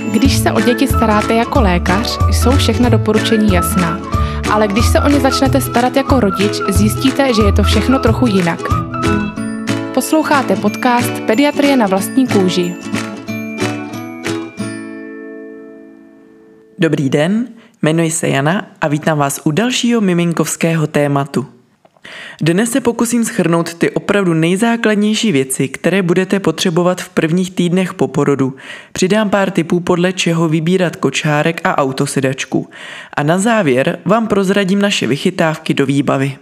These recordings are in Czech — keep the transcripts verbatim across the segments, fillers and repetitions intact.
Když se o děti staráte jako lékař, jsou všechna doporučení jasná. Ale když se o ně začnete starat jako rodič, zjistíte, že je to všechno trochu jinak. Posloucháte podcast Pediatrie na vlastní kůži. Dobrý den, jmenuji se Jana a vítám vás u dalšího miminkovského tématu. Dnes se pokusím shrnout ty opravdu nejzákladnější věci, které budete potřebovat v prvních týdnech po porodu. Přidám pár tipů, podle čeho vybírat kočárek a autosedačku. A na závěr vám prozradím naše vychytávky do výbavy.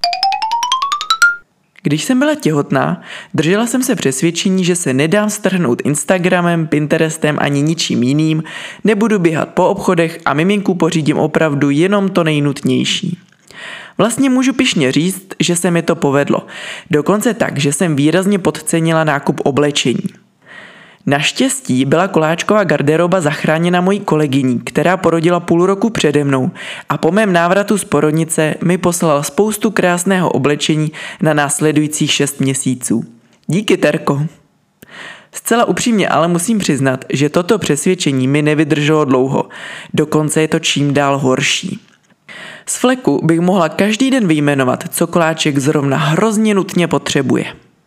Když jsem byla těhotná, držela jsem se přesvědčení, že se nedám strhnout Instagramem, Pinterestem ani ničím jiným, nebudu běhat po obchodech a miminku pořídím opravdu jenom to nejnutnější. Vlastně můžu pyšně říct, že se mi to povedlo. Dokonce tak, že jsem výrazně podcenila nákup oblečení. Naštěstí byla koláčková garderoba zachráněna mojí kolegyní, která porodila půl roku přede mnou a po mém návratu z porodnice mi poslala spoustu krásného oblečení na následujících šest měsíců. Díky, Terko. Zcela upřímně ale musím přiznat, že toto přesvědčení mi nevydrželo dlouho, dokonce je to čím dál horší. Z fleku bych mohla každý den vyjmenovat, co koláček zrovna hrozně nutně potřebuje.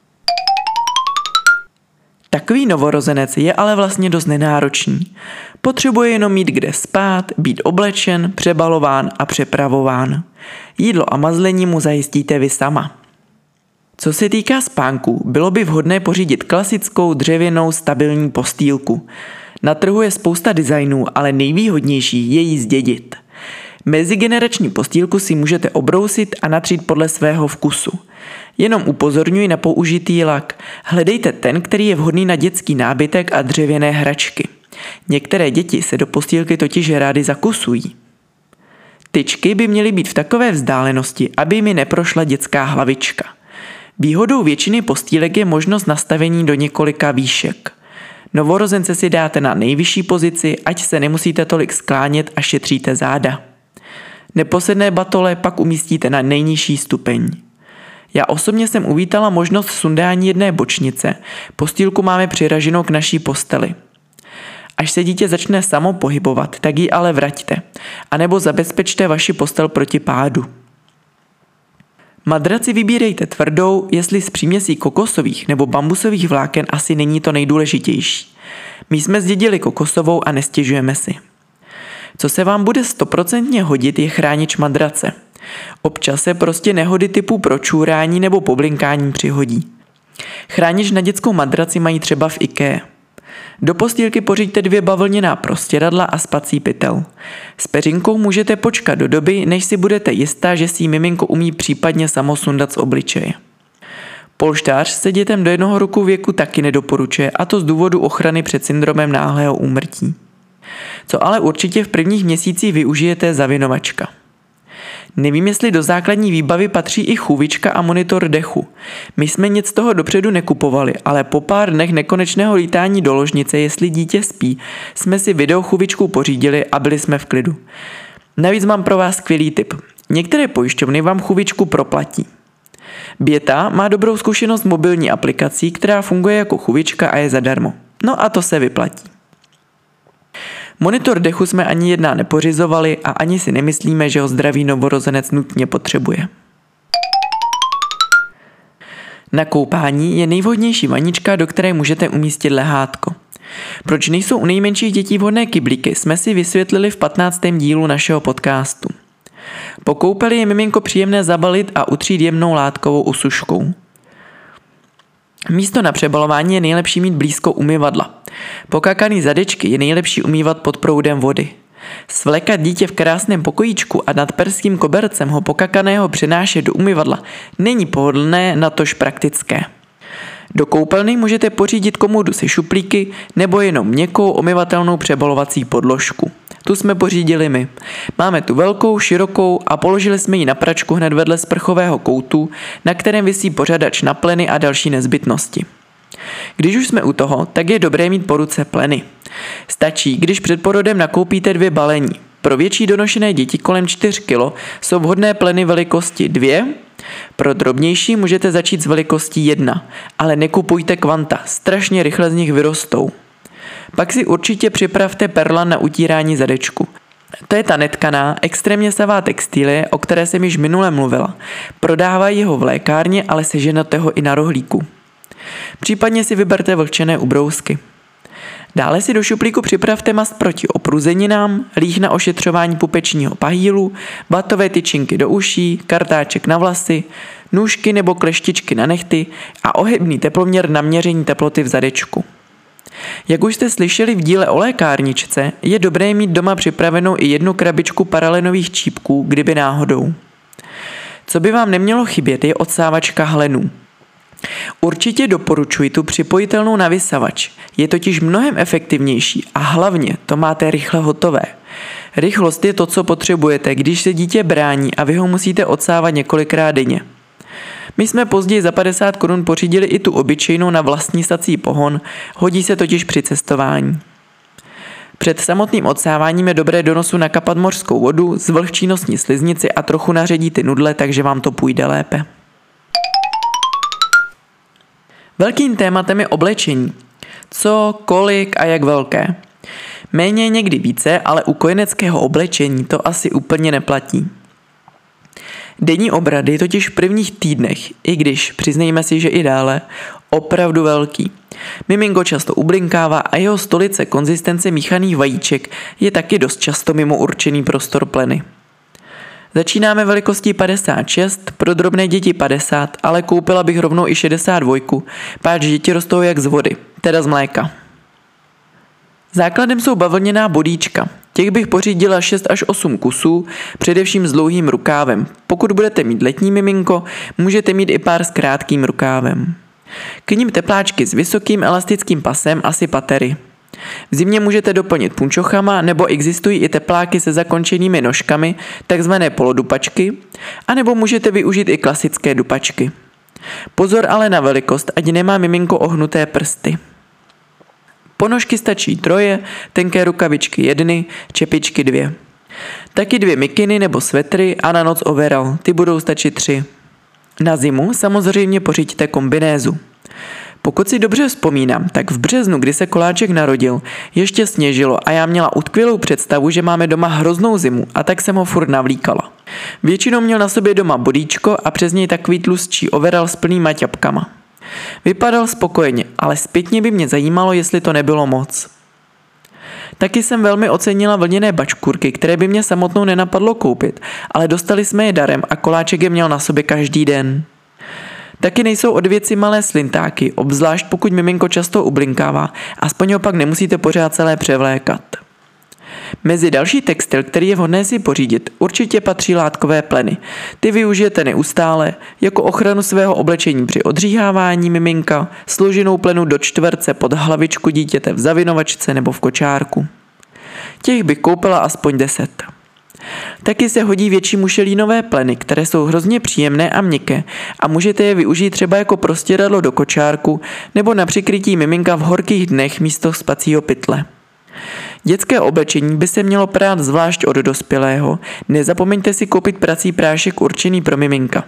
Takový novorozenec je ale vlastně dost nenáročný. Potřebuje jenom mít kde spát, být oblečen, přebalován a přepravován. Jídlo a mazlení mu zajistíte vy sama. Co se týká spánku, bylo by vhodné pořídit klasickou dřevěnou stabilní postýlku. Na trhu je spousta designů, ale nejvýhodnější je ji zdědit. Mezigenerační postýlku si můžete obrousit a natřít podle svého vkusu. Jenom upozorňuji na použitý lak. Hledejte ten, který je vhodný na dětský nábytek a dřevěné hračky. Některé děti se do postýlky totiž rády zakusují. Tyčky by měly být v takové vzdálenosti, aby mi neprošla dětská hlavička. Výhodou většiny postýlek je možnost nastavení do několika výšek. Novorozence si dáte na nejvyšší pozici, ať se nemusíte tolik sklánět a šetříte záda. Neposedné batole pak umístíte na nejnižší stupeň. Já osobně jsem uvítala možnost sundání jedné bočnice, postýlku máme přiraženou k naší posteli. Až se dítě začne samo pohybovat, tak ji ale vraťte, anebo zabezpečte vaši postel proti pádu. Madraci vybírejte tvrdou, jestli z příměsí kokosových nebo bambusových vláken asi není to nejdůležitější. My jsme zdědili kokosovou a nestěžujeme si. Co se vám bude stoprocentně hodit, je chránič madrace. Občas se prostě nehody typu pročůrání nebo poblinkání přihodí. Chránič na dětskou madraci mají třeba v IKEA. Do postýlky pořiďte dvě bavlněná prostěradla a spací pytel. S peřinkou můžete počkat do doby, než si budete jistá, že si ji miminko umí případně samo sundat z obličeje. Polštář se dětem do jednoho roku věku taky nedoporučuje, a to z důvodu ochrany před syndromem náhlého úmrtí. Co ale určitě v prvních měsících využijete, zavinovačka. Nevím, jestli do základní výbavy patří i chůvička a monitor dechu. My jsme nic z toho dopředu nekupovali, ale po pár dnech nekonečného lítání do ložnice, jestli dítě spí, jsme si videochůvičku pořídili a byli jsme v klidu. Navíc mám pro vás skvělý tip. Některé pojišťovny vám chůvičku proplatí. Běta má dobrou zkušenost s mobilní aplikací, která funguje jako chůvička a je zadarmo. No a to se vyplatí. Monitor dechu jsme ani jedná nepořizovali a ani si nemyslíme, že ho zdravý novorozenec nutně potřebuje. Na koupání je nejvhodnější vanička, do které můžete umístit lehátko. Proč nejsou u nejmenších dětí vhodné kyblíky, jsme si vysvětlili v patnáctém dílu našeho podcastu. Po koupeli je miminko příjemné zabalit a utřít jemnou látkovou usuškou. Místo na přebalování je nejlepší mít blízko umyvadla. Pokakaný zadečky je nejlepší umývat pod proudem vody. Svlékat dítě v krásném pokojíčku a nad perským kobercem ho pokakaného přenášet do umyvadla není pohodlné, natož praktické. Do koupelny můžete pořídit komodu se šuplíky nebo jenom měkkou omyvatelnou přebalovací podložku. Tu jsme pořídili my. Máme tu velkou, širokou a položili jsme ji na pračku hned vedle sprchového koutu, na kterém visí pořadač na pleny a další nezbytnosti. Když už jsme u toho, tak je dobré mít po ruce pleny. Stačí, když před porodem nakoupíte dvě balení. Pro větší donošené děti kolem čtyři kilogramů jsou vhodné pleny velikosti dvě, pro drobnější můžete začít s velikostí jedna, ale nekupujte kvanta, strašně rychle z nich vyrostou. Pak si určitě připravte perlan na utírání zadečku. To je ta netkaná, extrémně savá textilie, o které jsem již minule mluvila. Prodávají ho v lékárně, ale seženete ho i na rohlíku. Případně si vyberte vlhčené ubrousky. Dále si do šuplíku připravte mast proti opruzeninám, líh na ošetřování pupečního pahýlu, vatové tyčinky do uší, kartáček na vlasy, nůžky nebo kleštičky na nehty a ohybný teploměr na měření teploty v zadečku. Jak už jste slyšeli v díle o lékárničce, je dobré mít doma připravenou i jednu krabičku paralenových čípků, kdyby náhodou. Co by vám nemělo chybět, je odsávačka hlenů. Určitě doporučuji tu připojitelnou na vysavač, je totiž mnohem efektivnější a hlavně to máte rychle hotové. Rychlost je to, co potřebujete, když se dítě brání a vy ho musíte odsávat několikrát denně. My jsme později za padesát korun pořídili i tu obyčejnou na vlastní sací pohon, hodí se totiž při cestování. Před samotným odsáváním je dobré do nosu nakapat mořskou vodu, zvlhčí nosní sliznici a trochu naředíte nudle, takže vám to půjde lépe. Velkým tématem je oblečení. Co, kolik a jak velké. Méně někdy více, ale u kojeneckého oblečení to asi úplně neplatí. Denní obrat je totiž v prvních týdnech, i když, přiznejme si, že i dále, opravdu velký. Miminko často ublinkává a jeho stolice konzistence míchaných vajíček je taky dost často mimo určený prostor pleny. Začínáme velikostí padesát šest, pro drobné děti padesát, ale koupila bych rovnou i šedesát dva, páč děti rostou jak z vody, teda z mléka. Základem jsou bavlněná bodíčka. Těch bych pořídila šest až osm kusů, především s dlouhým rukávem. Pokud budete mít letní miminko, můžete mít i pár s krátkým rukávem. K nim tepláčky s vysokým elastickým pasem, asi patery. V zimě můžete doplnit punčochama, nebo existují i tepláky se zakončenými nožkami, takzvané polodupačky, anebo můžete využít i klasické dupačky. Pozor ale na velikost, ať nemá miminko ohnuté prsty. Ponožky stačí troje, tenké rukavičky jedny, čepičky dvě. Taky dvě mikiny nebo svetry a na noc overall, ty budou stačit tři. Na zimu samozřejmě pořiďte kombinézu. Pokud si dobře vzpomínám, tak v březnu, kdy se koláček narodil, ještě sněžilo a já měla utkvělou představu, že máme doma hroznou zimu a tak jsem ho furt navlíkala. Většinou měl na sobě doma bodíčko a přes něj takový tlustší overall s plnýma ťapkama. Vypadal spokojeně, ale zpětně by mě zajímalo, jestli to nebylo moc. Taky jsem velmi ocenila vlněné bačkůrky, které by mě samotnou nenapadlo koupit, ale dostali jsme je darem a koláček je měl na sobě každý den. Taky nejsou od věci malé slintáky, obzvlášť pokud miminko často ublinkává, aspoň ho pak nemusíte pořád celé převlékat. Mezi další textil, který je vhodné si pořídit, určitě patří látkové pleny. Ty využijete neustále jako ochranu svého oblečení při odříhávání miminka, složenou plenu do čtverce pod hlavičku dítěte v zavinovačce nebo v kočárku. Těch bych koupila aspoň deset. Taky se hodí větší mušelínové pleny, které jsou hrozně příjemné a měkké a můžete je využít třeba jako prostěradlo do kočárku nebo na přikrytí miminka v horkých dnech místo spacího pytle. Dětské oblečení by se mělo prát zvlášť od dospělého, nezapomeňte si koupit prací prášek určený pro miminka.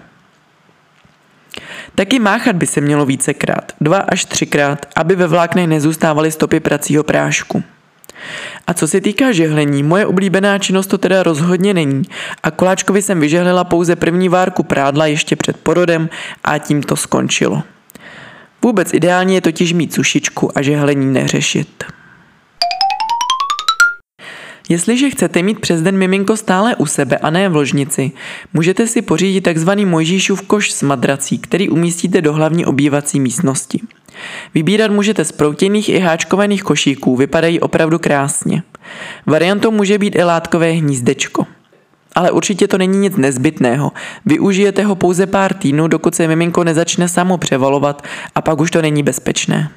Taky máchat by se mělo vícekrát, dva až třikrát, aby ve vláknech nezůstávaly stopy pracího prášku. A co se týká žehlení, moje oblíbená činnost to teda rozhodně není a koláčkovi jsem vyžehlila pouze první várku prádla ještě před porodem a tím to skončilo. Vůbec ideálně je totiž mít sušičku a žehlení neřešit. Jestliže chcete mít přes den miminko stále u sebe a ne v ložnici, můžete si pořídit tzv. Mojžíšův koš s madrací, který umístíte do hlavní obývací místnosti. Vybírat můžete z proutěných i háčkovaných košíků, vypadají opravdu krásně. Variantou může být i látkové hnízdečko. Ale určitě to není nic nezbytného. Využijete ho pouze pár týdnů, dokud se miminko nezačne samo převalovat a pak už to není bezpečné.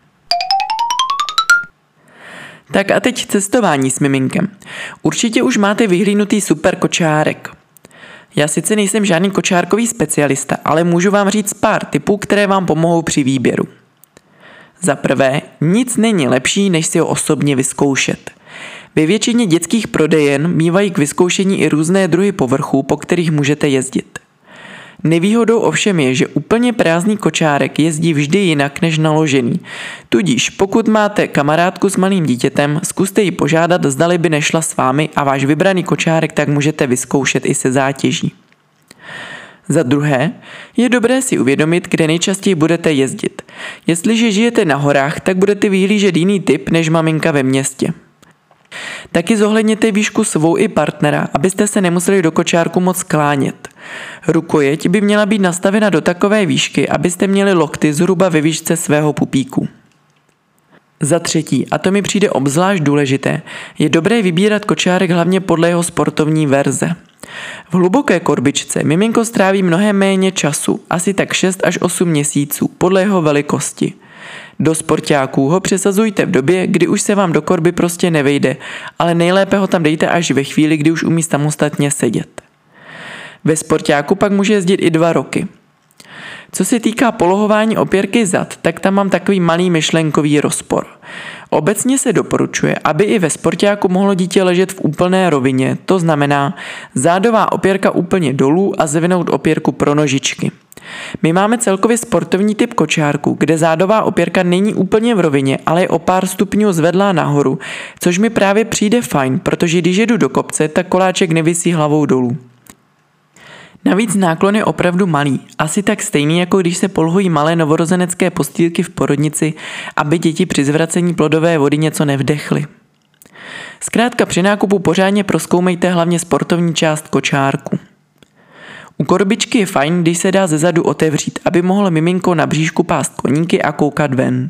Tak a teď cestování s miminkem. Určitě už máte vyhlídnutý super kočárek. Já sice nejsem žádný kočárkový specialista, ale můžu vám říct pár tipů, které vám pomohou při výběru. Za prvé, nic není lepší, než si ho osobně vyzkoušet. Ve většině dětských prodejen mívají k vyzkoušení i různé druhy povrchů, po kterých můžete jezdit. Nevýhodou ovšem je, že úplně prázdný kočárek jezdí vždy jinak než naložený. Tudíž pokud máte kamarádku s malým dítětem, zkuste ji požádat, zdali by nešla s vámi a váš vybraný kočárek tak můžete vyzkoušet i se zátěží. Za druhé, je dobré si uvědomit, kde nejčastěji budete jezdit. Jestliže žijete na horách, tak budete vyhlížet jiný typ než maminka ve městě. Taky zohledněte výšku svou i partnera, abyste se nemuseli do kočárku moc sklánět. Rukojeť by měla být nastavena do takové výšky, abyste měli lokty zhruba ve výšce svého pupíku. Za třetí, a to mi přijde obzvlášť důležité, je dobré vybírat kočárek hlavně podle jeho sportovní verze. V hluboké korbičce miminko stráví mnohem méně času, asi tak šest až osm měsíců, podle jeho velikosti. Do sportáků ho přesazujte v době, kdy už se vám do korby prostě nevejde, ale nejlépe ho tam dejte až ve chvíli, kdy už umí samostatně sedět. Ve sportáku pak může jezdit i dva roky. Co se týká polohování opěrky zad, tak tam mám takový malý myšlenkový rozpor. Obecně se doporučuje, aby i ve sportáku mohlo dítě ležet v úplné rovině, to znamená zádová opěrka úplně dolů a zvinout opěrku pro nožičky. My máme celkově sportovní typ kočárku, kde zádová opěrka není úplně v rovině, ale je o pár stupňů zvedlá nahoru, což mi právě přijde fajn, protože když jedu do kopce, tak koláček nevisí hlavou dolů. Navíc náklon je opravdu malý, asi tak stejný, jako když se polohují malé novorozenecké postýlky v porodnici, aby děti při zvracení plodové vody něco nevdechly. Zkrátka při nákupu pořádně prozkoumejte hlavně sportovní část kočárku. U korbičky je fajn, když se dá zezadu otevřít, aby mohlo miminko na bříšku pást koníky a koukat ven.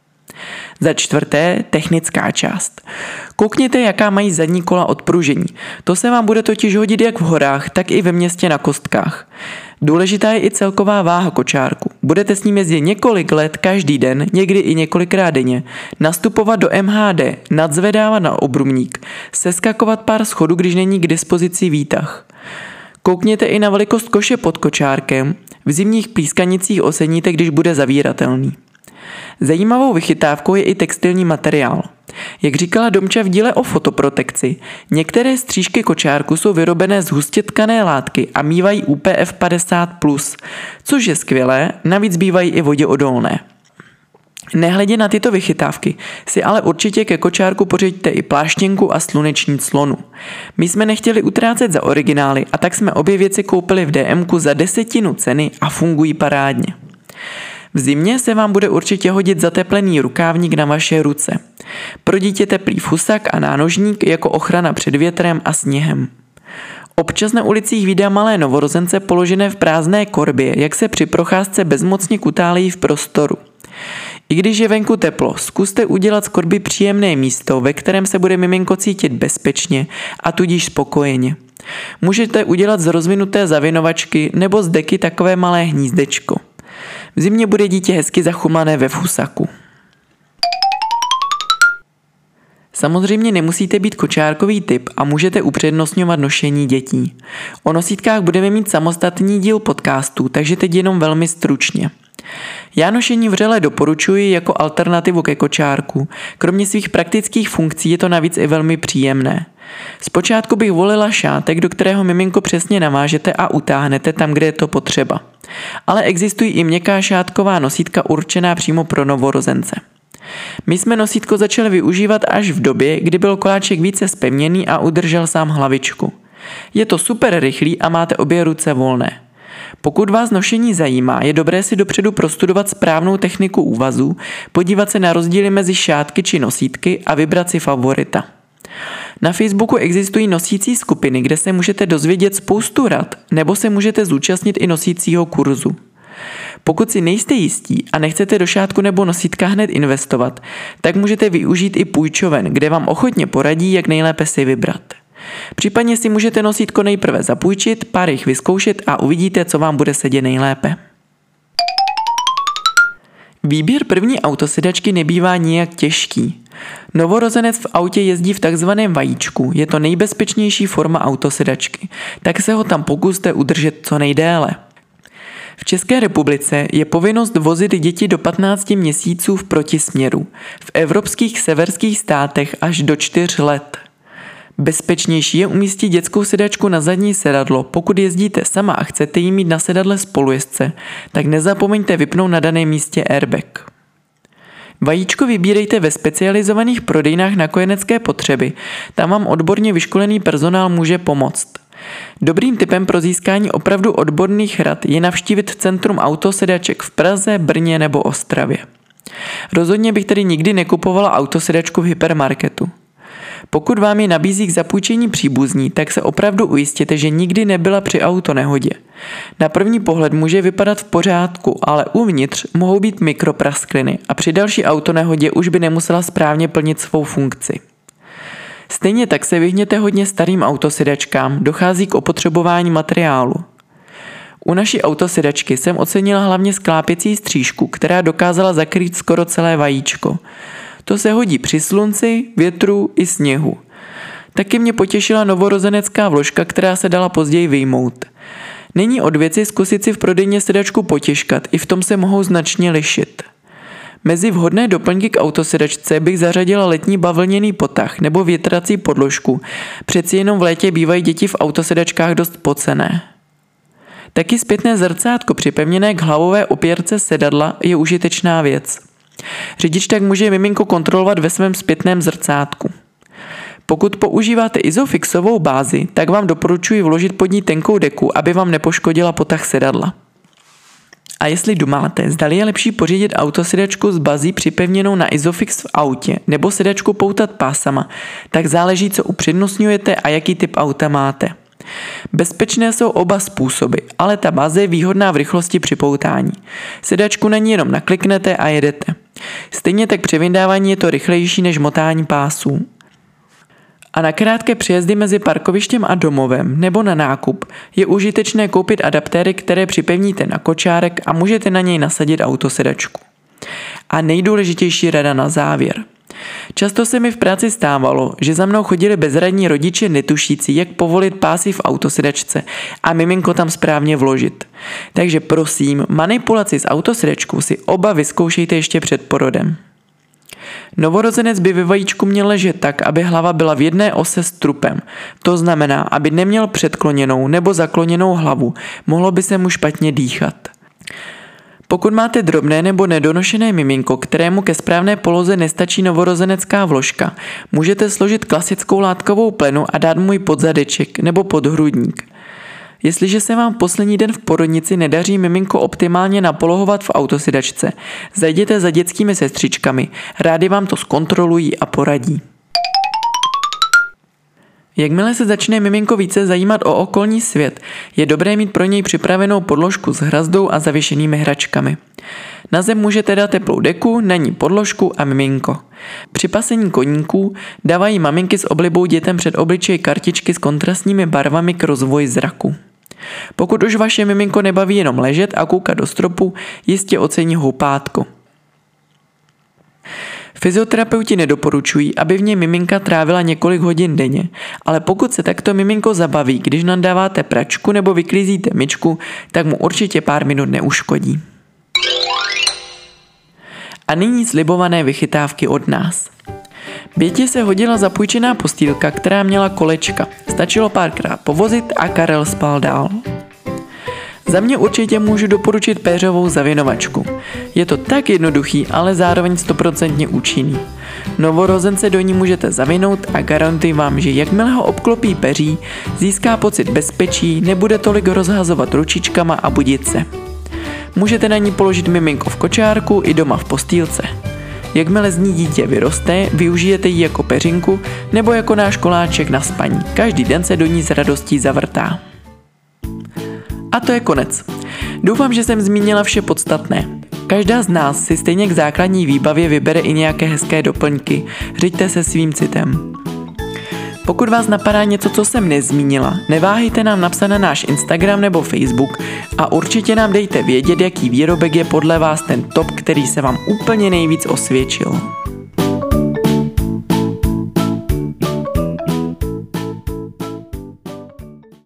Za čtvrté, technická část. Koukněte, jaká mají zadní kola odpružení. To se vám bude totiž hodit jak v horách, tak i ve městě na kostkách. Důležitá je i celková váha kočárku. Budete s ním jezdit několik let každý den, někdy i několikrát denně, nastupovat do M H D, nadzvedávat na obrubník, seskakovat pár schodů, když není k dispozici výtah. Koukněte i na velikost koše pod kočárkem, v zimních plískanicích oceníte, když bude zavíratelný. Zajímavou vychytávkou je i textilní materiál. Jak říkala Domča v díle o fotoprotekci, některé střížky kočárku jsou vyrobené z hustě tkané látky a mívají U P F padesát plus, což je skvělé, navíc bývají i voděodolné. Nehledě na tyto vychytávky si ale určitě ke kočárku pořiďte i pláštěnku a sluneční clonu. My jsme nechtěli utrácet za originály a tak jsme obě věci koupili v D M ku za desetinu ceny a fungují parádně. V zimě se vám bude určitě hodit zateplený rukávník na vaše ruce. Pro dítě teplý fusak a nánožník jako ochrana před větrem a sněhem. Občas na ulicích vídá malé novorozence položené v prázdné korbě, jak se při procházce bezmocně kutálejí v prostoru. I když je venku teplo, zkuste udělat z korby příjemné místo, ve kterém se bude miminko cítit bezpečně a tudíž spokojeně. Můžete udělat z rozvinuté zavinovačky nebo z deky takové malé hnízdečko. V zimě bude dítě hezky zachumlané ve fusaku. Samozřejmě nemusíte být kočárkový typ a můžete upřednostňovat nošení dětí. O nosítkách budeme mít samostatný díl podcastu, takže teď jenom velmi stručně. Já nošení vřele doporučuji jako alternativu ke kočárku. Kromě svých praktických funkcí je to navíc i velmi příjemné. Zpočátku bych volila šátek, do kterého miminko přesně navážete a utáhnete tam, kde je to potřeba. Ale existují i měkká šátková nosítka určená přímo pro novorozence. My jsme nosítko začali využívat až v době, kdy byl koláček více zpevněný a udržel sám hlavičku. Je to super rychlý a máte obě ruce volné. Pokud vás nošení zajímá, je dobré si dopředu prostudovat správnou techniku úvazu, podívat se na rozdíly mezi šátky či nosítky a vybrat si favorita. Na Facebooku existují nosící skupiny, kde se můžete dozvědět spoustu rad, nebo se můžete zúčastnit i nosícího kurzu. Pokud si nejste jistí a nechcete do šátku nebo nosítka hned investovat, tak můžete využít i půjčoven, kde vám ochotně poradí, jak nejlépe si vybrat. Případně si můžete nosítko nejprve zapůjčit, pár jich vyzkoušet a uvidíte, co vám bude sedět nejlépe. Výběr první autosedačky nebývá nijak těžký. Novorozenec v autě jezdí v takzvaném vajíčku, je to nejbezpečnější forma autosedačky, tak se ho tam pokuste udržet co nejdéle. V České republice je povinnost vozit děti do patnácti měsíců v protisměru, v evropských severských státech až do čtyř let. Bezpečnější je umístit dětskou sedačku na zadní sedadlo. Pokud jezdíte sama a chcete jí mít na sedadle spolujezdce, tak nezapomeňte vypnout na daném místě airbag. Vajíčko vybírejte ve specializovaných prodejnách na kojenecké potřeby, tam vám odborně vyškolený personál může pomoct. Dobrým tipem pro získání opravdu odborných rad je navštívit centrum autosedaček v Praze, Brně nebo Ostravě. Rozhodně bych tedy nikdy nekupovala autosedačku v hypermarketu. Pokud vám je nabízí k zapůjčení příbuzní, tak se opravdu ujistěte, že nikdy nebyla při autonehodě. Na první pohled může vypadat v pořádku, ale uvnitř mohou být mikropraskliny a při další autonehodě už by nemusela správně plnit svou funkci. Stejně tak se vyhněte hodně starým autosedačkám, dochází k opotřebování materiálu. U naší autosedačky jsem ocenila hlavně sklápěcí střížku, která dokázala zakrýt skoro celé vajíčko. To se hodí při slunci, větru i sněhu. Taky mě potěšila novorozenecká vložka, která se dala později vyjmout. Není od věci zkusit si v prodejně sedačku potěžkat, i v tom se mohou značně lišit. Mezi vhodné doplňky k autosedačce bych zařadila letní bavlněný potah nebo větrací podložku, přeci jenom v létě bývají děti v autosedačkách dost pocené. Taky zpětné zrcátko připevněné k hlavové opěrce sedadla je užitečná věc. Řidič tak může miminko kontrolovat ve svém zpětném zrcátku. Pokud používáte izofixovou bázi, tak vám doporučuji vložit pod ní tenkou deku, aby vám nepoškodila potah sedadla. A jestli dumáte, zdali je lepší pořídit autosedačku s bazí připevněnou na Isofix v autě nebo sedačku poutat pásama, tak záleží, co upřednostňujete a jaký typ auta máte. Bezpečné jsou oba způsoby, ale ta baze je výhodná v rychlosti připoutání. Sedačku na ní jenom nakliknete a jedete. Stejně tak při vyndávání je to rychlejší než motání pásů. A na krátké přejezdy mezi parkovištěm a domovem nebo na nákup je užitečné koupit adaptéry, které připevníte na kočárek a můžete na něj nasadit autosedačku. A nejdůležitější rada na závěr. Často se mi v práci stávalo, že za mnou chodili bezradní rodiče netušící, jak povolit pásy v autosedačce a miminko tam správně vložit. Takže prosím, manipulaci s autosedačkou si oba vyzkoušejte ještě před porodem. Novorozenec by ve vajíčku měl ležet tak, aby hlava byla v jedné ose s trupem. To znamená, aby neměl předkloněnou nebo zakloněnou hlavu, mohlo by se mu špatně dýchat. Pokud máte drobné nebo nedonošené miminko, kterému ke správné poloze nestačí novorozenecká vložka, můžete složit klasickou látkovou plenu a dát mu ji pod zadeček nebo pod hrudník. Jestliže se vám poslední den v porodnici nedaří miminko optimálně napolohovat v autosedačce, zajděte za dětskými sestřičkami, rádi vám to zkontrolují a poradí. Jakmile se začne miminko více zajímat o okolní svět, je dobré mít pro něj připravenou podložku s hrazdou a zavěšenými hračkami. Na zem můžete dát teplou deku, na ní podložku a miminko. Při pasení koníků dávají maminky s oblibou dětem před obličej kartičky s kontrastními barvami k rozvoji zraku. Pokud už vaše miminko nebaví jenom ležet a koukat do stropu, jistě ocení houpátko. Fyzioterapeuti nedoporučují, aby v něj miminka trávila několik hodin denně, ale pokud se takto miminko zabaví, když nadáváte pračku nebo vyklízíte myčku, tak mu určitě pár minut neuškodí. A nyní slibované vychytávky od nás. Bětě se hodila zapůjčená postýlka, která měla kolečka. Stačilo párkrát povozit a Karel spal dál. Za mě určitě můžu doporučit péřovou zavěnovačku. Je to tak jednoduchý, ale zároveň stoprocentně účinný. Novorozence do ní můžete zavinout a garantuji vám, že jakmile ho obklopí peří, získá pocit bezpečí, nebude tolik rozhazovat ručičkama a budit se. Můžete na ní položit miminko v kočárku i doma v postýlce. Jakmile z ní dítě vyroste, využijete ji jako peřinku nebo jako náš koláček na spaní. Každý den se do ní s radostí zavrtá. A to je konec. Doufám, že jsem zmínila vše podstatné. Každá z nás si stejně k základní výbavě vybere i nějaké hezké doplňky. Řiďte se svým citem. Pokud vás napadá něco, co jsem nezmínila, neváhejte nám napsat na náš Instagram nebo Facebook a určitě nám dejte vědět, jaký výrobek je podle vás ten top, který se vám úplně nejvíc osvědčil.